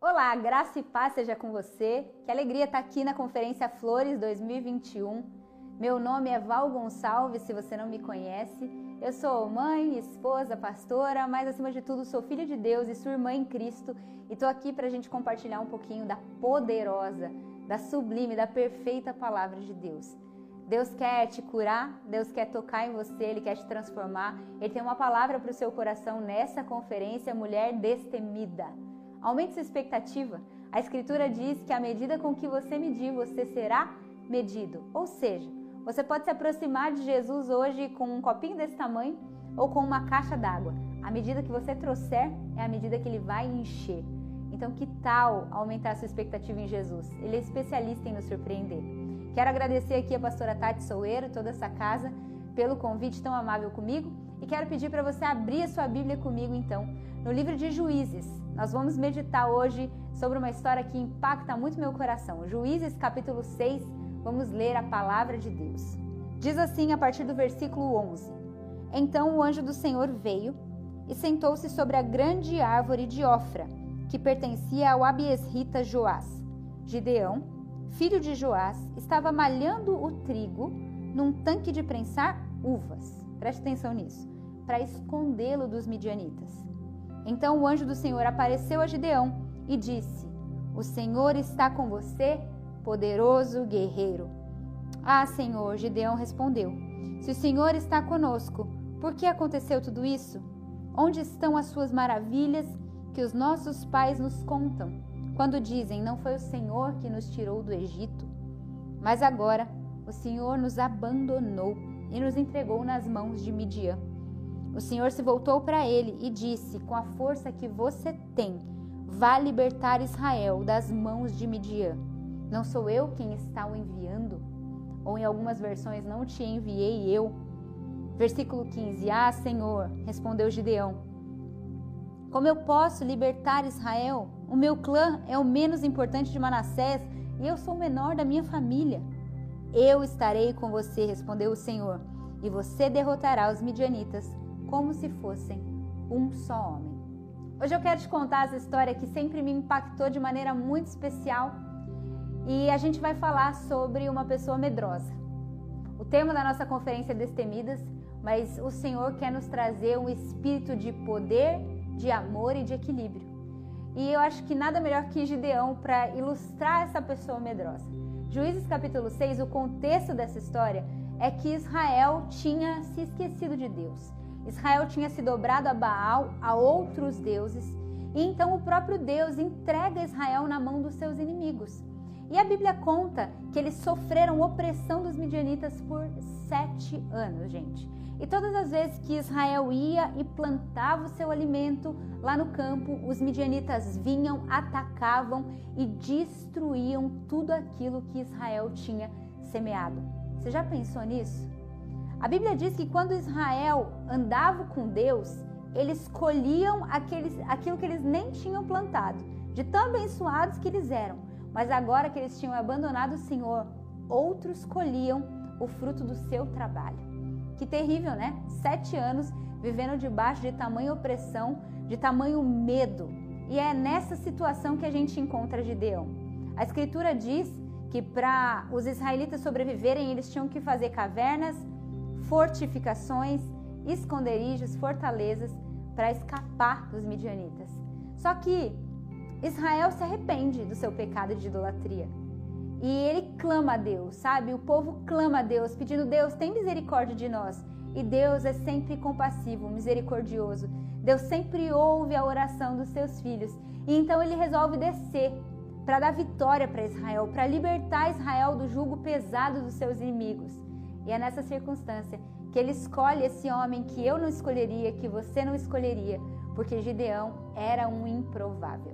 Olá, graça e paz seja com você. Que alegria estar aqui na Conferência Flores 2021. Meu nome é Val Gonçalves, se você não me conhece. Eu sou mãe, esposa, pastora, mas acima de tudo sou filha de Deus e sua irmã em Cristo. E estou aqui para a gente compartilhar um pouquinho da poderosa, da sublime, da perfeita palavra de Deus. Deus quer te curar, Deus quer tocar em você, Ele quer te transformar. Ele tem uma palavra para o seu coração nessa conferência, mulher destemida. Aumente sua expectativa. A Escritura diz que à medida com que você medir, você será medido. Ou seja, você pode se aproximar de Jesus hoje com um copinho desse tamanho ou com uma caixa d'água. À medida que você trouxer, é a medida que Ele vai encher. Então, que tal aumentar sua expectativa em Jesus? Ele é especialista em nos surpreender. Quero agradecer aqui a pastora Tati Soueiro, toda essa casa, pelo convite tão amável comigo. E quero pedir para você abrir a sua Bíblia comigo, então, no livro de Juízes. Nós vamos meditar hoje sobre uma história que impacta muito meu coração. Juízes, capítulo 6, vamos ler a palavra de Deus. Diz assim a partir do versículo 11. Então o anjo do Senhor veio e sentou-se sobre a grande árvore de Ofra, que pertencia ao abiesrita Joás. Gideão, filho de Joás, estava malhando o trigo num tanque de prensar uvas. Preste atenção nisso. Para escondê-lo dos midianitas. Então o anjo do Senhor apareceu a Gideão e disse: O Senhor está com você, poderoso guerreiro. Ah, Senhor, Gideão respondeu: Se o Senhor está conosco, por que aconteceu tudo isso? Onde estão as suas maravilhas que os nossos pais nos contam, quando dizem: Não foi o Senhor que nos tirou do Egito? Mas agora o Senhor nos abandonou e nos entregou nas mãos de Midian. O Senhor se voltou para ele e disse: Com a força que você tem, vá libertar Israel das mãos de Midian. Não sou eu quem está o enviando? Ou em algumas versões, não te enviei eu? Versículo 15. Ah, Senhor, respondeu Gideão, como eu posso libertar Israel? O meu clã é o menos importante de Manassés e eu sou o menor da minha família. Eu estarei com você, respondeu o Senhor, e você derrotará os midianitas como se fossem um só homem. Hoje eu quero te contar essa história que sempre me impactou de maneira muito especial e a gente vai falar sobre uma pessoa medrosa. O tema da nossa conferência é Destemidas, mas o Senhor quer nos trazer um espírito de poder, de amor e de equilíbrio. E eu acho que nada melhor que Gideão para ilustrar essa pessoa medrosa. Juízes capítulo 6, o contexto dessa história é que Israel tinha se esquecido de Deus. Israel tinha se dobrado a Baal, a outros deuses, e então o próprio Deus entrega Israel na mão dos seus inimigos. E a Bíblia conta que eles sofreram opressão dos midianitas por 7 anos, gente. E todas as vezes que Israel ia e plantava o seu alimento lá no campo, os midianitas vinham, atacavam e destruíam tudo aquilo que Israel tinha semeado. Você já pensou nisso? A Bíblia diz que quando Israel andava com Deus, eles colhiam aquilo que eles nem tinham plantado, de tão abençoados que eles eram. Mas agora que eles tinham abandonado o Senhor, outros colhiam o fruto do seu trabalho. Que terrível, né? 7 anos vivendo debaixo de tamanha opressão, de tamanho medo. E é nessa situação que a gente encontra Gideão. A Escritura diz que para os israelitas sobreviverem, eles tinham que fazer cavernas, fortificações, esconderijos, fortalezas para escapar dos midianitas. Só que Israel se arrepende do seu pecado de idolatria e ele clama a Deus, sabe? O povo clama a Deus, pedindo: Deus, tem misericórdia de nós. E Deus é sempre compassivo, misericordioso. Deus sempre ouve a oração dos seus filhos. E então ele resolve descer para dar vitória para Israel, para libertar Israel do jugo pesado dos seus inimigos. E é nessa circunstância que ele escolhe esse homem que eu não escolheria, que você não escolheria, porque Gideão era um improvável.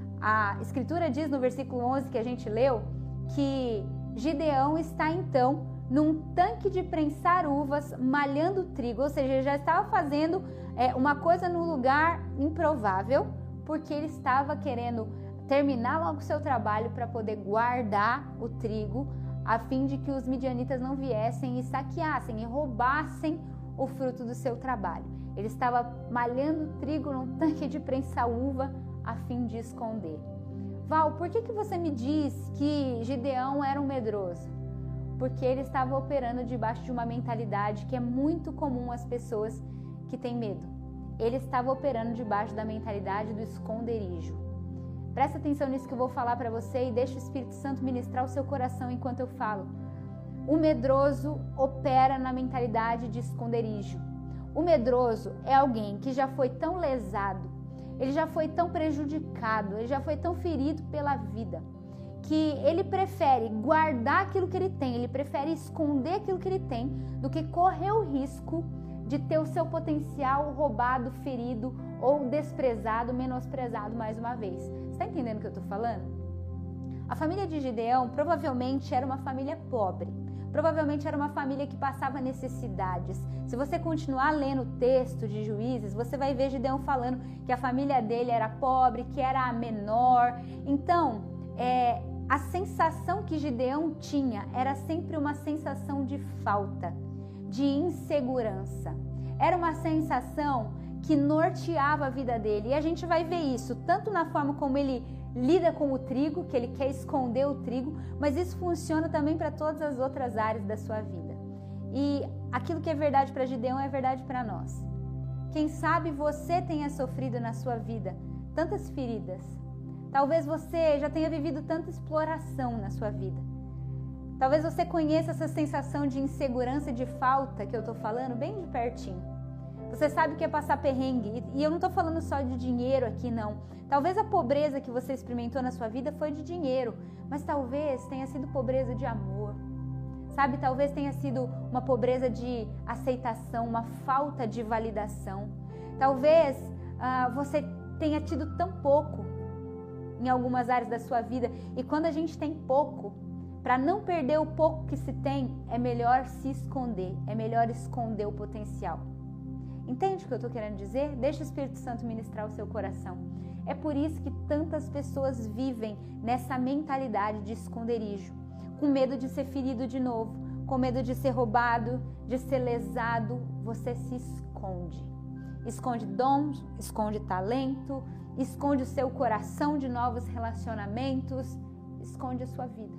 A Escritura diz no versículo 11 que a gente leu, que Gideão está então num tanque de prensar uvas, malhando trigo, ou seja, ele já estava fazendo uma coisa num lugar improvável, porque ele estava querendo terminar logo o seu trabalho para poder guardar o trigo, a fim de que os midianitas não viessem e saqueassem e roubassem o fruto do seu trabalho. Ele estava malhando trigo num tanque de prensar uva a fim de esconder. Val, por que você me diz que Gideão era um medroso? Porque ele estava operando debaixo de uma mentalidade que é muito comum às pessoas que têm medo. Ele estava operando debaixo da mentalidade do esconderijo. Presta atenção nisso que eu vou falar para você e deixa o Espírito Santo ministrar o seu coração enquanto eu falo. O medroso opera na mentalidade de esconderijo. O medroso é alguém que já foi tão lesado, ele já foi tão prejudicado, ele já foi tão ferido pela vida, que ele prefere guardar aquilo que ele tem, ele prefere esconder aquilo que ele tem, do que correr o risco de ter o seu potencial roubado, ferido ou desprezado, menosprezado mais uma vez. Você está entendendo o que eu estou falando? A família de Gideão provavelmente era uma família pobre. Provavelmente era uma família que passava necessidades. Se você continuar lendo o texto de Juízes, você vai ver Gideão falando que a família dele era pobre, que era a menor. Então, a sensação que Gideão tinha era sempre uma sensação de falta, de insegurança. Era uma sensação que norteava a vida dele. E a gente vai ver isso tanto na forma como ele lida com o trigo, que ele quer esconder o trigo, mas isso funciona também para todas as outras áreas da sua vida. E aquilo que é verdade para Gideão é verdade para nós. Quem sabe você tenha sofrido na sua vida tantas feridas. Talvez você já tenha vivido tanta exploração na sua vida. Talvez você conheça essa sensação de insegurança, de falta que eu estou falando bem de pertinho. Você sabe o que é passar perrengue. E eu não estou falando só de dinheiro aqui, não. Talvez a pobreza que você experimentou na sua vida foi de dinheiro, mas talvez tenha sido pobreza de amor. Sabe, talvez tenha sido uma pobreza de aceitação, uma falta de validação. Talvez você tenha tido tão pouco em algumas áreas da sua vida. E quando a gente tem pouco, para não perder o pouco que se tem, é melhor se esconder, é melhor esconder o potencial. Entende o que eu estou querendo dizer? Deixa o Espírito Santo ministrar o seu coração. É por isso que tantas pessoas vivem nessa mentalidade de esconderijo, com medo de ser ferido de novo, com medo de ser roubado, de ser lesado. Você se esconde. Esconde dons, esconde talento, esconde o seu coração de novos relacionamentos, esconde a sua vida.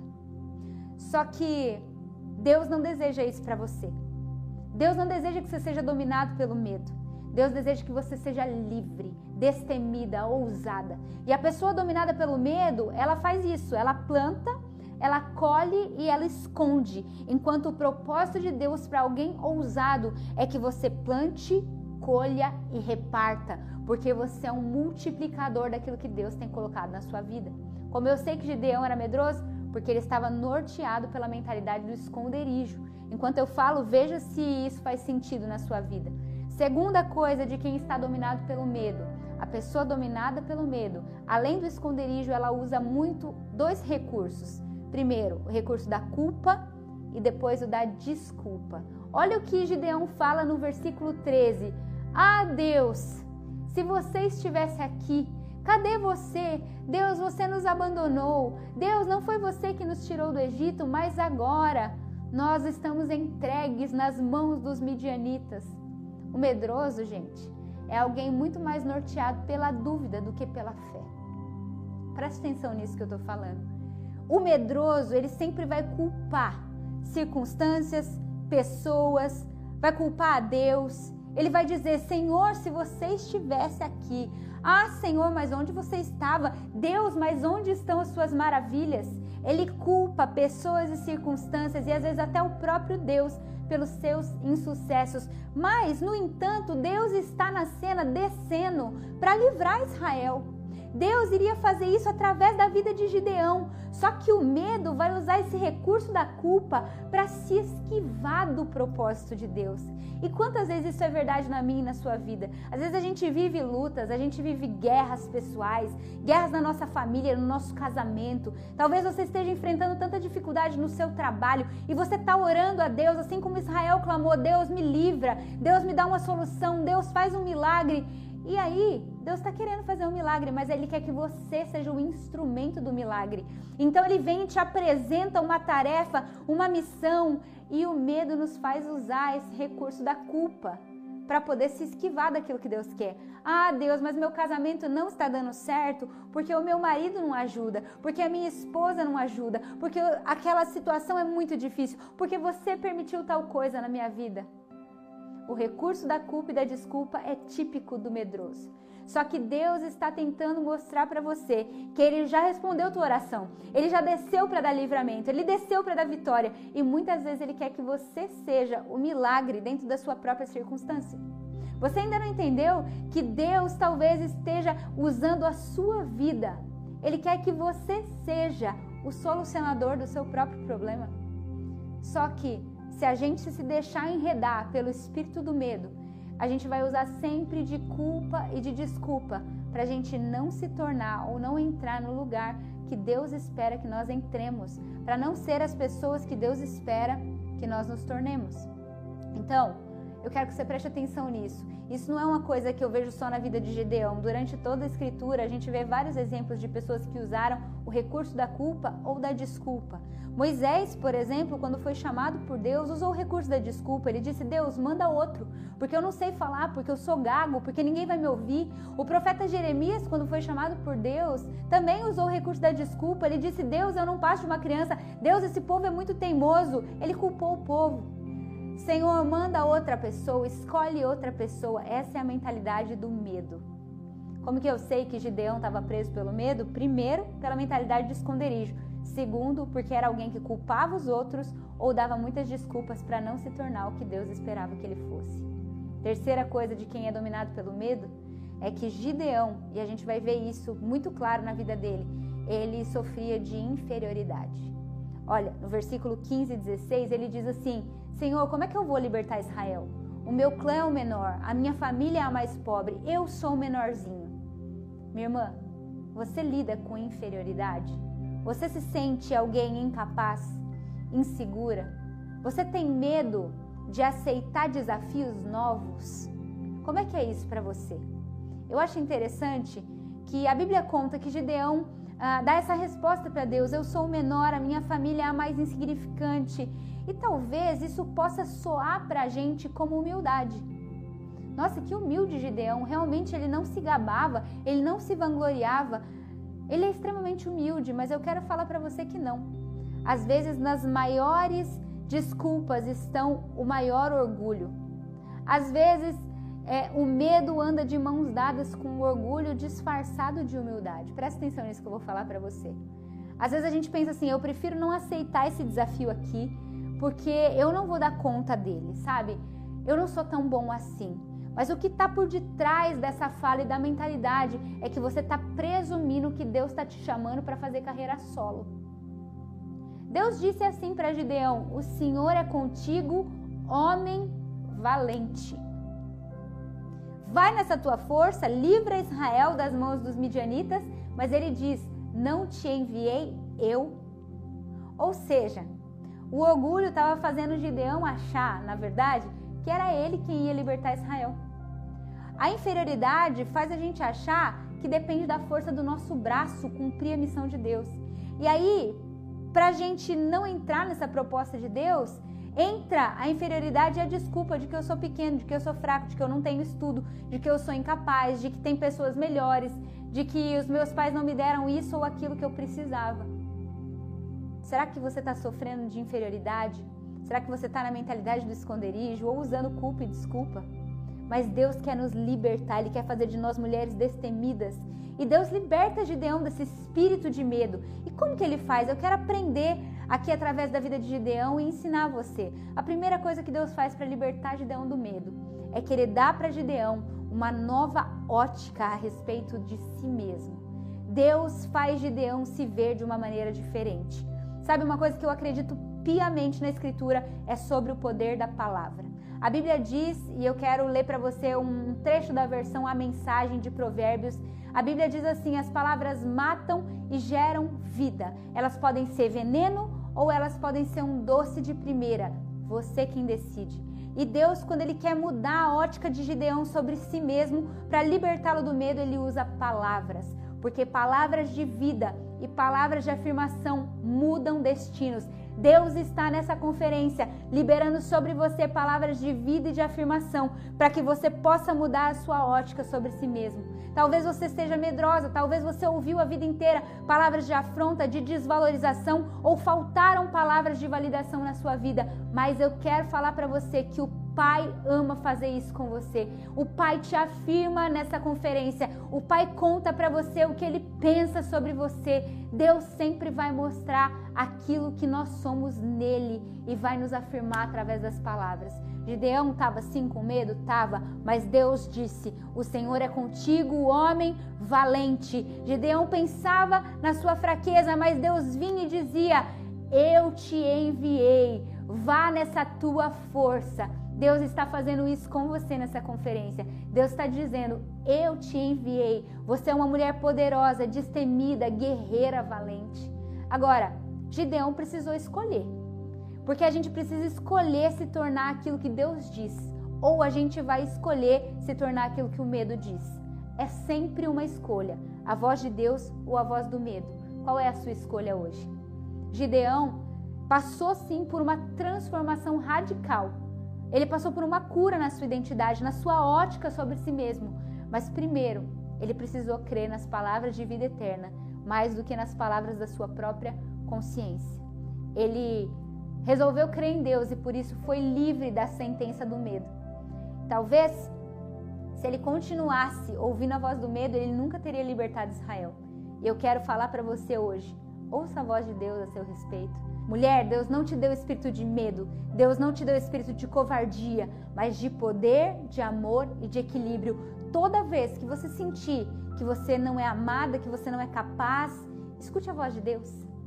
Só que Deus não deseja isso para você. Deus não deseja que você seja dominado pelo medo. Deus deseja que você seja livre, destemida, ousada. E a pessoa dominada pelo medo, ela faz isso. Ela planta, ela colhe e ela esconde. Enquanto o propósito de Deus para alguém ousado é que você plante, colha e reparta. Porque você é um multiplicador daquilo que Deus tem colocado na sua vida. Como eu sei que Gideão era medroso, porque ele estava norteado pela mentalidade do esconderijo. Enquanto eu falo, veja se isso faz sentido na sua vida. Segunda coisa de quem está dominado pelo medo. A pessoa dominada pelo medo, além do esconderijo, ela usa muito dois recursos. Primeiro, o recurso da culpa e depois o da desculpa. Olha o que Gideão fala no versículo 13. Ah, Deus, se você estivesse aqui, cadê você? Deus, você nos abandonou. Deus, não foi você que nos tirou do Egito, mas agora nós estamos entregues nas mãos dos midianitas. O medroso, gente, é alguém muito mais norteado pela dúvida do que pela fé. Preste atenção nisso que eu estou falando. O medroso, ele sempre vai culpar circunstâncias, pessoas, vai culpar a Deus. Ele vai dizer, Senhor, se você estivesse aqui. Ah, Senhor, mas onde você estava? Deus, mas onde estão as suas maravilhas? Ele culpa pessoas e circunstâncias e às vezes até o próprio Deus pelos seus insucessos. Mas, no entanto, Deus está na cena descendo para livrar Israel. Deus iria fazer isso através da vida de Gideão. Só que o medo vai usar esse recurso da culpa para se esquivar do propósito de Deus. E quantas vezes isso é verdade na minha e na sua vida? Às vezes a gente vive lutas, a gente vive guerras pessoais, guerras na nossa família, no nosso casamento. Talvez você esteja enfrentando tanta dificuldade no seu trabalho e você está orando a Deus, assim como Israel clamou, Deus me livra, Deus me dá uma solução, Deus faz um milagre. E aí, Deus está querendo fazer um milagre, mas Ele quer que você seja o instrumento do milagre. Então Ele vem e te apresenta uma tarefa, uma missão, e o medo nos faz usar esse recurso da culpa para poder se esquivar daquilo que Deus quer. Ah, Deus, mas meu casamento não está dando certo porque o meu marido não ajuda, porque a minha esposa não ajuda, porque aquela situação é muito difícil, porque você permitiu tal coisa na minha vida. O recurso da culpa e da desculpa é típico do medroso. Só que Deus está tentando mostrar para você que Ele já respondeu tua oração. Ele já desceu para dar livramento, Ele desceu para dar vitória. E muitas vezes Ele quer que você seja o milagre dentro da sua própria circunstância. Você ainda não entendeu que Deus talvez esteja usando a sua vida. Ele quer que você seja o solucionador do seu próprio problema. Só que se a gente se deixar enredar pelo espírito do medo, a gente vai usar sempre de culpa e de desculpa para a gente não se tornar ou não entrar no lugar que Deus espera que nós entremos, para não ser as pessoas que Deus espera que nós nos tornemos. Então, eu quero que você preste atenção nisso. Isso não é uma coisa que eu vejo só na vida de Gideão. Durante toda a escritura, a gente vê vários exemplos de pessoas que usaram o recurso da culpa ou da desculpa. Moisés, por exemplo, quando foi chamado por Deus, usou o recurso da desculpa. Ele disse, Deus, manda outro, porque eu não sei falar, porque eu sou gago, porque ninguém vai me ouvir. O profeta Jeremias, quando foi chamado por Deus, também usou o recurso da desculpa. Ele disse, Deus, eu não passo de uma criança. Deus, esse povo é muito teimoso. Ele culpou o povo. Senhor, manda outra pessoa, escolhe outra pessoa. Essa é a mentalidade do medo. Como que eu sei que Gideão estava preso pelo medo? Primeiro, pela mentalidade de esconderijo. Segundo, porque era alguém que culpava os outros ou dava muitas desculpas para não se tornar o que Deus esperava que ele fosse. Terceira coisa de quem é dominado pelo medo é que Gideão, e a gente vai ver isso muito claro na vida dele, ele sofria de inferioridade. Olha, no versículo 15 e 16, ele diz assim, Senhor, como é que eu vou libertar Israel? O meu clã é o menor, a minha família é a mais pobre, eu sou o menorzinho. Minha irmã, você lida com inferioridade? Você se sente alguém incapaz, insegura? Você tem medo de aceitar desafios novos? Como é que é isso para você? Eu acho interessante que a Bíblia conta que Gideão dá essa resposta para Deus, eu sou o menor, a minha família é a mais insignificante. E talvez isso possa soar para a gente como humildade. Nossa, que humilde Gideão, realmente ele não se gabava, ele não se vangloriava. Ele é extremamente humilde, mas eu quero falar para você que não. Às vezes nas maiores desculpas estão o maior orgulho. Às vezes o medo anda de mãos dadas com o orgulho disfarçado de humildade. Presta atenção nisso que eu vou falar para você. Às vezes a gente pensa assim, eu prefiro não aceitar esse desafio aqui, porque eu não vou dar conta dele, sabe? Eu não sou tão bom assim. Mas o que está por detrás dessa fala e da mentalidade é que você está presumindo que Deus está te chamando para fazer carreira solo. Deus disse assim para Gideão, o Senhor é contigo, homem valente. Vai nessa tua força, livra Israel das mãos dos midianitas, mas ele diz, não te enviei eu. Ou seja, o orgulho estava fazendo Gideão achar, na verdade, que era ele quem ia libertar Israel. A inferioridade faz a gente achar que depende da força do nosso braço cumprir a missão de Deus. E aí, para a gente não entrar nessa proposta de Deus, entra a inferioridade e a desculpa de que eu sou pequeno, de que eu sou fraco, de que eu não tenho estudo, de que eu sou incapaz, de que tem pessoas melhores, de que os meus pais não me deram isso ou aquilo que eu precisava. Será que você está sofrendo de inferioridade? Será que você está na mentalidade do esconderijo ou usando culpa e desculpa? Mas Deus quer nos libertar, Ele quer fazer de nós mulheres destemidas. E Deus liberta Gideão desse espírito de medo. E como que Ele faz? Eu quero aprender aqui através da vida de Gideão e ensinar você. A primeira coisa que Deus faz para libertar Gideão do medo é que Ele dá para Gideão uma nova ótica a respeito de si mesmo. Deus faz Gideão se ver de uma maneira diferente. Sabe, uma coisa que eu acredito piamente na Escritura é sobre o poder da palavra. A Bíblia diz, e eu quero ler para você um trecho da versão A Mensagem de Provérbios. A Bíblia diz assim, as palavras matam e geram vida. Elas podem ser veneno ou elas podem ser um doce de primeira. Você quem decide. E Deus, quando Ele quer mudar a ótica de Gideão sobre si mesmo, para libertá-lo do medo, Ele usa palavras. Porque palavras de vida e palavras de afirmação mudam destinos. Deus está nessa conferência liberando sobre você palavras de vida e de afirmação para que você possa mudar a sua ótica sobre si mesmo. Talvez você esteja medrosa, talvez você ouviu a vida inteira palavras de afronta, de desvalorização ou faltaram palavras de validação na sua vida, mas eu quero falar para você que o Pai ama fazer isso com você. O Pai te afirma nessa conferência. O Pai conta para você o que Ele pensa sobre você. Deus sempre vai mostrar aquilo que nós somos nele e vai nos afirmar através das palavras. Gideão estava assim com medo? Estava, mas Deus disse, o Senhor é contigo, o homem valente. Gideão pensava na sua fraqueza, mas Deus vinha e dizia, eu te enviei, vá nessa tua força. Deus está fazendo isso com você nessa conferência. Deus está dizendo, eu te enviei. Você é uma mulher poderosa, destemida, guerreira, valente. Agora, Gideão precisou escolher. Porque a gente precisa escolher se tornar aquilo que Deus diz. Ou a gente vai escolher se tornar aquilo que o medo diz. É sempre uma escolha. A voz de Deus ou a voz do medo. Qual é a sua escolha hoje? Gideão passou sim por uma transformação radical. Ele passou por uma cura na sua identidade, na sua ótica sobre si mesmo. Mas primeiro, ele precisou crer nas palavras de vida eterna, mais do que nas palavras da sua própria consciência. Ele resolveu crer em Deus e por isso foi livre da sentença do medo. Talvez, se ele continuasse ouvindo a voz do medo, ele nunca teria libertado Israel. E eu quero falar para você hoje, ouça a voz de Deus a seu respeito. Mulher, Deus não te deu espírito de medo, Deus não te deu espírito de covardia, mas de poder, de amor e de equilíbrio. Toda vez que você sentir que você não é amada, que você não é capaz, escute a voz de Deus.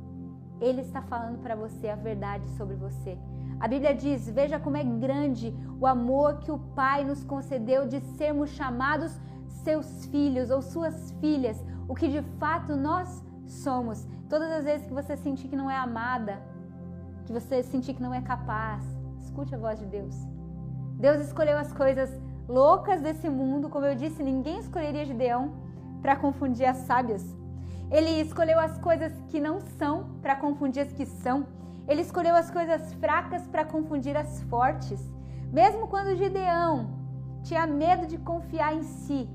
Ele está falando para você a verdade sobre você. A Bíblia diz, veja como é grande o amor que o Pai nos concedeu de sermos chamados seus filhos ou suas filhas, o que de fato nós somos. Todas as vezes que você sentir que não é amada, que você sentir que não é capaz, escute a voz de Deus. Deus escolheu as coisas loucas desse mundo, como eu disse, ninguém escolheria Gideão para confundir as sábias. Ele escolheu as coisas que não são para confundir as que são. Ele escolheu as coisas fracas para confundir as fortes. Mesmo quando Gideão tinha medo de confiar em si,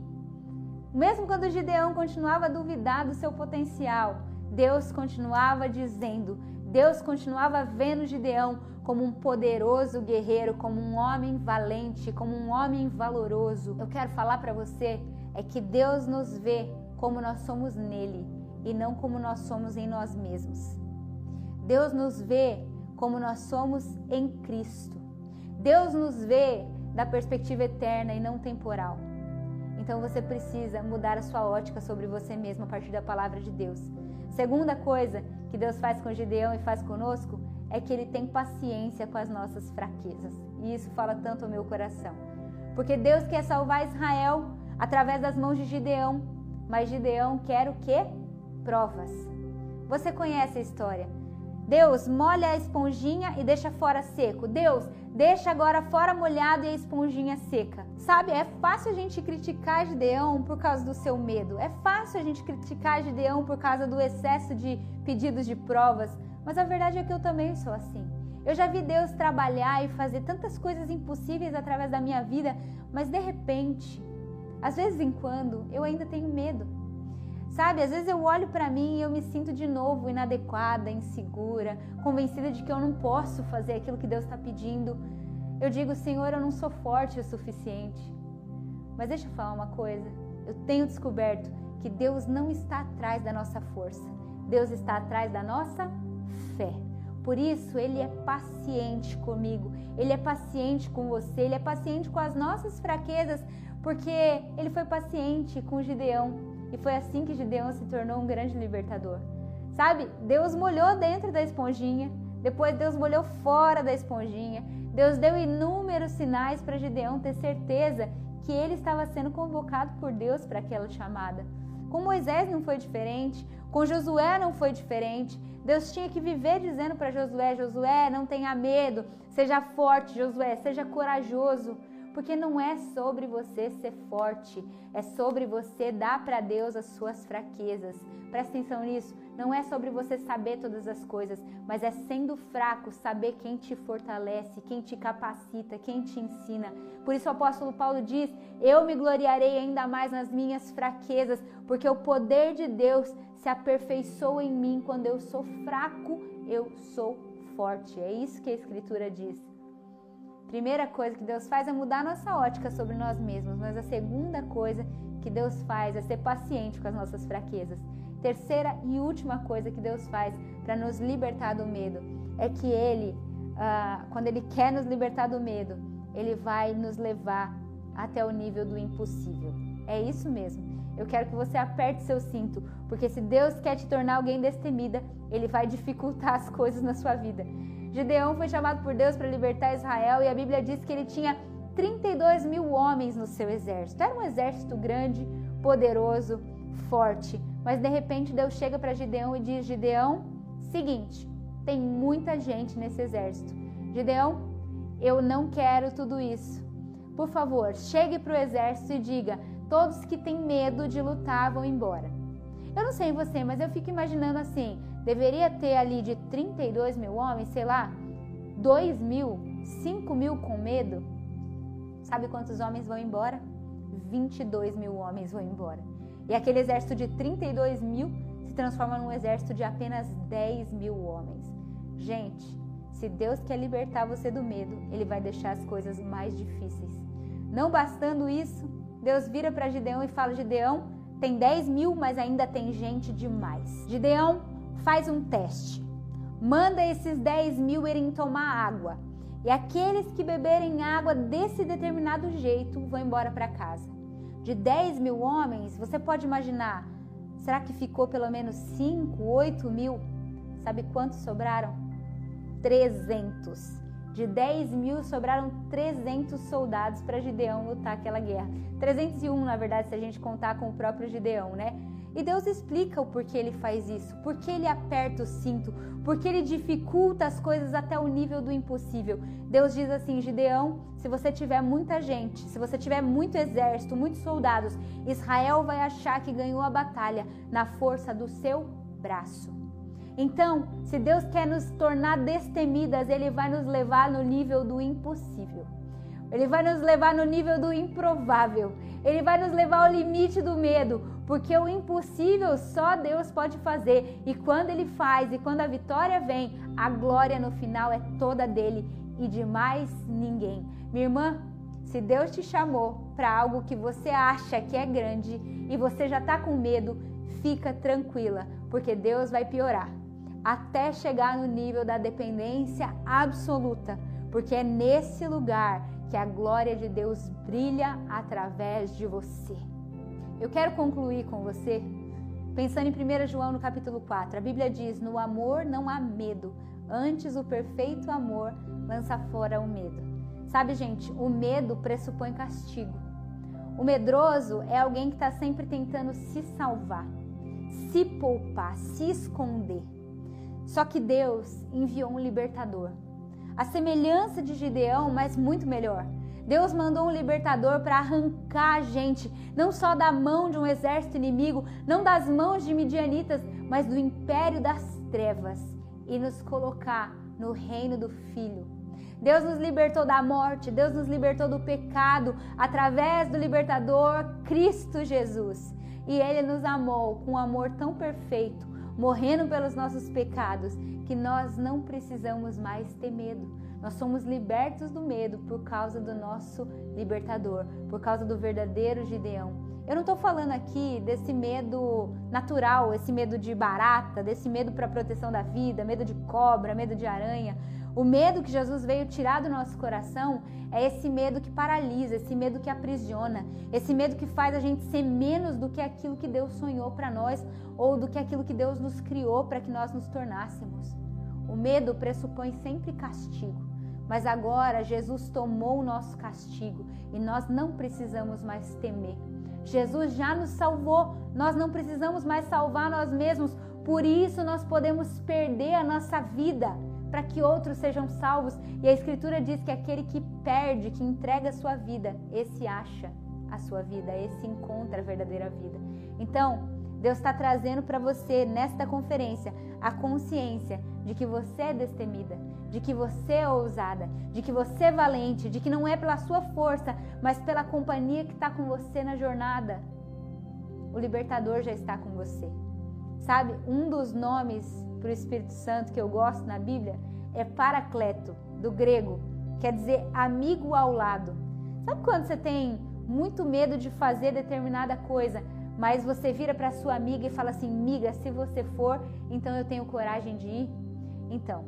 mesmo quando Gideão continuava a duvidar do seu potencial, Deus continuava dizendo, Deus continuava vendo Gideão como um poderoso guerreiro, como um homem valente, como um homem valoroso. Eu quero falar para você é que Deus nos vê como nós somos nele e não como nós somos em nós mesmos. Deus nos vê como nós somos em Cristo. Deus nos vê da perspectiva eterna e não temporal. Então você precisa mudar a sua ótica sobre você mesmo a partir da palavra de Deus. Segunda coisa que Deus faz com Gideão e faz conosco é que Ele tem paciência com as nossas fraquezas. E isso fala tanto ao meu coração. Porque Deus quer salvar Israel através das mãos de Gideão. Mas Gideão quer o quê? Provas. Você conhece a história. Deus molha a esponjinha e deixa fora seco. Deus deixa agora fora molhado e a esponjinha seca. Sabe, é fácil a gente criticar Gideão por causa do seu medo. É fácil a gente criticar Gideão por causa do excesso de pedidos de provas. Mas a verdade é que eu também sou assim. Eu já vi Deus trabalhar e fazer tantas coisas impossíveis através da minha vida, mas de repente, às vezes em quando, eu ainda tenho medo. Sabe, às vezes eu olho para mim e eu me sinto de novo inadequada, insegura, convencida de que eu não posso fazer aquilo que Deus está pedindo. Eu digo, Senhor, eu não sou forte o suficiente. Mas deixa eu falar uma coisa, eu tenho descoberto que Deus não está atrás da nossa força, Deus está atrás da nossa fé. Por isso, Ele é paciente comigo, Ele é paciente com você, Ele é paciente com as nossas fraquezas, porque Ele foi paciente com Gideão. E foi assim que Gideão se tornou um grande libertador. Sabe, Deus molhou dentro da esponjinha, depois Deus molhou fora da esponjinha. Deus deu inúmeros sinais para Gideão ter certeza que ele estava sendo convocado por Deus para aquela chamada. Com Moisés não foi diferente, com Josué não foi diferente. Deus tinha que viver dizendo para Josué, Josué, não tenha medo, seja forte, Josué, seja corajoso. Porque não é sobre você ser forte, é sobre você dar para Deus as suas fraquezas. Presta atenção nisso, não é sobre você saber todas as coisas, mas é sendo fraco, saber quem te fortalece, quem te capacita, quem te ensina. Por isso o apóstolo Paulo diz, eu me gloriarei ainda mais nas minhas fraquezas, porque o poder de Deus se aperfeiçoa em mim. Quando eu sou fraco, eu sou forte. É isso que a Escritura diz. Primeira coisa que Deus faz é mudar a nossa ótica sobre nós mesmos, mas a segunda coisa que Deus faz é ser paciente com as nossas fraquezas. Terceira e última coisa que Deus faz para nos libertar do medo é que Ele, quando Ele quer nos libertar do medo, Ele vai nos levar até o nível do impossível. É isso mesmo. Eu quero que você aperte seu cinto, porque se Deus quer te tornar alguém destemida, Ele vai dificultar as coisas na sua vida. Gideão foi chamado por Deus para libertar Israel e a Bíblia diz que ele tinha 32 mil homens no seu exército. Era um exército grande, poderoso, forte. Mas de repente Deus chega para Gideão e diz, Gideão, seguinte, tem muita gente nesse exército. Gideão, eu não quero tudo isso. Por favor, chegue para o exército e diga, todos que têm medo de lutar vão embora. Eu não sei você, mas eu fico imaginando assim, deveria ter ali de 32 mil homens, sei lá, 2 mil, 5 mil com medo. Sabe quantos homens vão embora? 22 mil homens vão embora. E aquele exército de 32 mil se transforma num exército de apenas 10 mil homens. Gente, se Deus quer libertar você do medo, Ele vai deixar as coisas mais difíceis. Não bastando isso, Deus vira para Gideão e fala, Gideão, tem 10 mil, mas ainda tem gente demais. Gideão, faz um teste. Manda esses 10 mil irem tomar água. E aqueles que beberem água desse determinado jeito vão embora para casa. De 10 mil homens, você pode imaginar, será que ficou pelo menos 5, 8 mil? Sabe quantos sobraram? 300. De 10 mil sobraram 300 soldados para Gideão lutar aquela guerra. 301, na verdade, se a gente contar com o próprio Gideão, né? E Deus explica o porquê Ele faz isso, porquê Ele aperta o cinto, porquê Ele dificulta as coisas até o nível do impossível. Deus diz assim, Gideão, se você tiver muita gente, se você tiver muito exército, muitos soldados, Israel vai achar que ganhou a batalha na força do seu braço. Então, se Deus quer nos tornar destemidas, Ele vai nos levar no nível do impossível. Ele vai nos levar no nível do improvável. Ele vai nos levar ao limite do medo, porque o impossível só Deus pode fazer. E quando Ele faz, e quando a vitória vem, a glória no final é toda dele e de mais ninguém. Minha irmã, se Deus te chamou para algo que você acha que é grande e você já está com medo, fica tranquila, porque Deus vai piorar até chegar no nível da dependência absoluta, porque é nesse lugar que a glória de Deus brilha através de você. Eu quero concluir com você pensando em 1 João no capítulo 4. A Bíblia diz, no amor não há medo, antes o perfeito amor lança fora o medo. Sabe, gente, o medo pressupõe castigo. O medroso é alguém que está sempre tentando se salvar, se poupar, se esconder. Só que Deus enviou um libertador. A semelhança de Gideão, mas muito melhor. Deus mandou um libertador para arrancar a gente, não só da mão de um exército inimigo, não das mãos de midianitas, mas do império das trevas e nos colocar no reino do Filho. Deus nos libertou da morte, Deus nos libertou do pecado através do libertador Cristo Jesus. E Ele nos amou com um amor tão perfeito, morrendo pelos nossos pecados, que nós não precisamos mais ter medo. Nós somos libertos do medo por causa do nosso libertador, por causa do verdadeiro Gideão. Eu não estou falando aqui desse medo natural, esse medo de barata, desse medo para proteção da vida, medo de cobra, medo de aranha. O medo que Jesus veio tirar do nosso coração é esse medo que paralisa, esse medo que aprisiona, esse medo que faz a gente ser menos do que aquilo que Deus sonhou para nós ou do que aquilo que Deus nos criou para que nós nos tornássemos. O medo pressupõe sempre castigo, mas agora Jesus tomou o nosso castigo e nós não precisamos mais temer. Jesus já nos salvou, nós não precisamos mais salvar nós mesmos, por isso nós podemos perder a nossa vida, para que outros sejam salvos. E a Escritura diz que aquele que perde, que entrega a sua vida, esse acha a sua vida, esse encontra a verdadeira vida. Então, Deus está trazendo para você, nesta conferência, a consciência de que você é destemida, de que você é ousada, de que você é valente, de que não é pela sua força, mas pela companhia que está com você na jornada. O libertador já está com você. Sabe, um dos nomes para o Espírito Santo que eu gosto na Bíblia é Paracleto, do grego, quer dizer amigo ao lado. Sabe quando você tem muito medo de fazer determinada coisa, mas você vira para sua amiga e fala assim: amiga, se você for, então eu tenho coragem de ir? Então,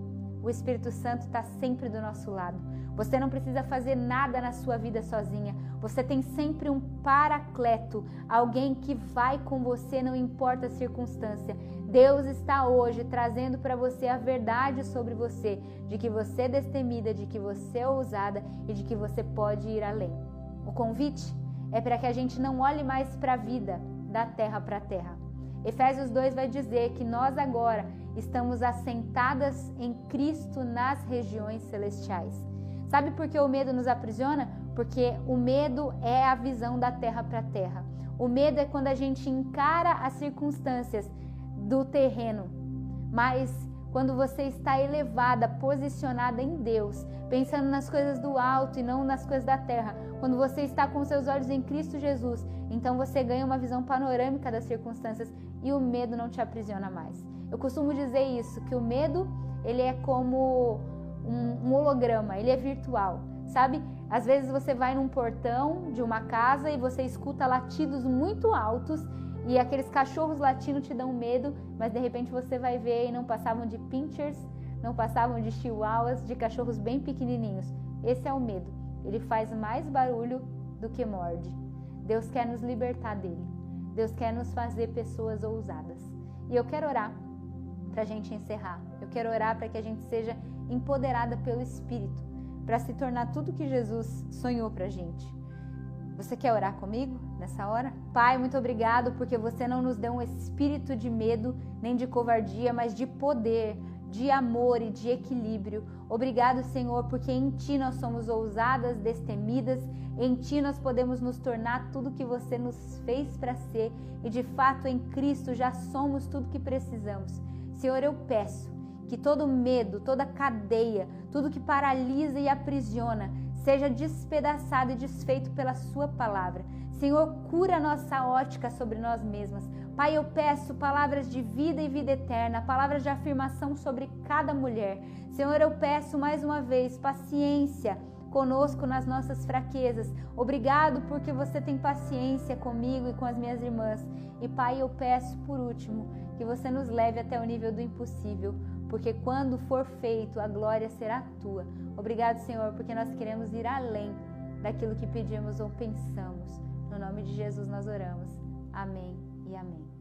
o Espírito Santo está sempre do nosso lado. Você não precisa fazer nada na sua vida sozinha. Você tem sempre um paracleto, alguém que vai com você, não importa a circunstância. Deus está hoje trazendo para você a verdade sobre você, de que você é destemida, de que você é ousada e de que você pode ir além. O convite é para que a gente não olhe mais para a vida da terra para a terra. Efésios 2 vai dizer que nós agora estamos assentadas em Cristo nas regiões celestiais. Sabe por que o medo nos aprisiona? Porque o medo é a visão da terra para a terra. O medo é quando a gente encara as circunstâncias do terreno, mas quando você está elevada, posicionada em Deus, pensando nas coisas do alto e não nas coisas da terra, quando você está com seus olhos em Cristo Jesus, então você ganha uma visão panorâmica das circunstâncias e o medo não te aprisiona mais. Eu costumo dizer isso, que o medo, ele é como um holograma, ele é virtual, sabe? Às vezes você vai num portão de uma casa e você escuta latidos muito altos e aqueles cachorros latindo te dão medo, mas de repente você vai ver e não passavam de pinchers, não passavam de chihuahuas, de cachorros bem pequenininhos. Esse é o medo. Ele faz mais barulho do que morde. Deus quer nos libertar dele. Deus quer nos fazer pessoas ousadas. E eu quero orar para a gente encerrar. Eu quero orar para que a gente seja empoderada pelo Espírito, para se tornar tudo que Jesus sonhou para a gente. Você quer orar comigo nessa hora? Pai, muito obrigado porque você não nos deu um espírito de medo nem de covardia, mas de poder, de amor e de equilíbrio. Obrigado, Senhor, porque em Ti nós somos ousadas, destemidas, em Ti nós podemos nos tornar tudo que você nos fez para ser e de fato em Cristo já somos tudo que precisamos. Senhor, eu peço que todo medo, toda cadeia, tudo que paralisa e aprisiona seja despedaçado e desfeito pela sua palavra. Senhor, cura a nossa ótica sobre nós mesmas. Pai, eu peço palavras de vida e vida eterna, palavras de afirmação sobre cada mulher. Senhor, eu peço mais uma vez paciência conosco nas nossas fraquezas. Obrigado porque você tem paciência comigo e com as minhas irmãs. E Pai, eu peço por último que você nos leve até o nível do impossível, porque quando for feito, a glória será tua. Obrigado, Senhor, porque nós queremos ir além daquilo que pedimos ou pensamos. No nome de Jesus nós oramos. Amém e amém.